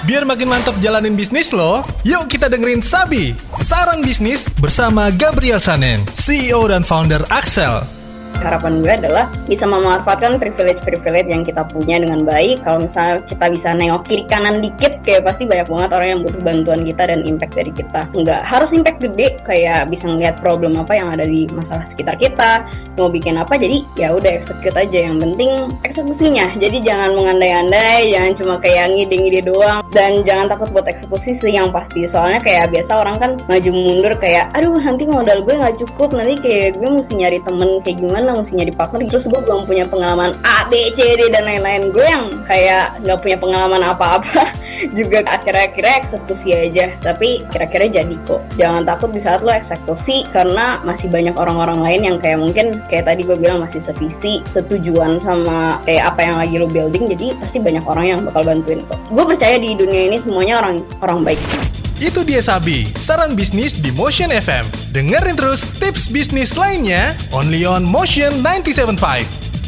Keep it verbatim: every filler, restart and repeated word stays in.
Biar makin mantap jalanin bisnis lo, yuk kita dengerin Sabi, Saran Bisnis bersama Gabriel Sanen, C E O dan founder Accel. Harapan gue adalah bisa memanfaatkan privilege-privilege yang kita punya dengan baik. Kalau misalnya kita bisa nengok kiri kanan dikit, kayak pasti banyak banget orang yang butuh bantuan kita dan impact dari kita. Nggak harus impact gede, kayak bisa ngeliat problem apa yang ada di masalah sekitar kita, mau bikin apa, jadi ya udah execute aja. Yang penting eksekusinya. Jadi jangan mengandai-andai, jangan cuma kayak ngide-ngide doang, dan jangan takut buat eksekusi sih yang pasti. Soalnya kayak biasa orang kan maju mundur kayak, aduh nanti modal gue nggak cukup, nanti kayak gue mesti nyari temen kayak gimana, mesti nyari partner, terus gue belum punya pengalaman A, B, C, D, dan lain-lain. Gue yang kayak nggak punya pengalaman apa-apa juga akhir-akhirnya eksekusi aja, tapi kira-kira jadi kok. Jangan takut di saat lo eksekusi, karena masih banyak orang-orang lain yang kayak mungkin kayak tadi gue bilang masih sevisi, setujuan sama kayak apa yang lagi lo building, jadi pasti banyak orang yang bakal bantuin kok. Gue percaya di dunia ini semuanya orang orang baik. Itu dia Sabi, Saran Bisnis di Motion F M. Dengerin terus tips bisnis lainnya only on Motion sembilan tujuh lima.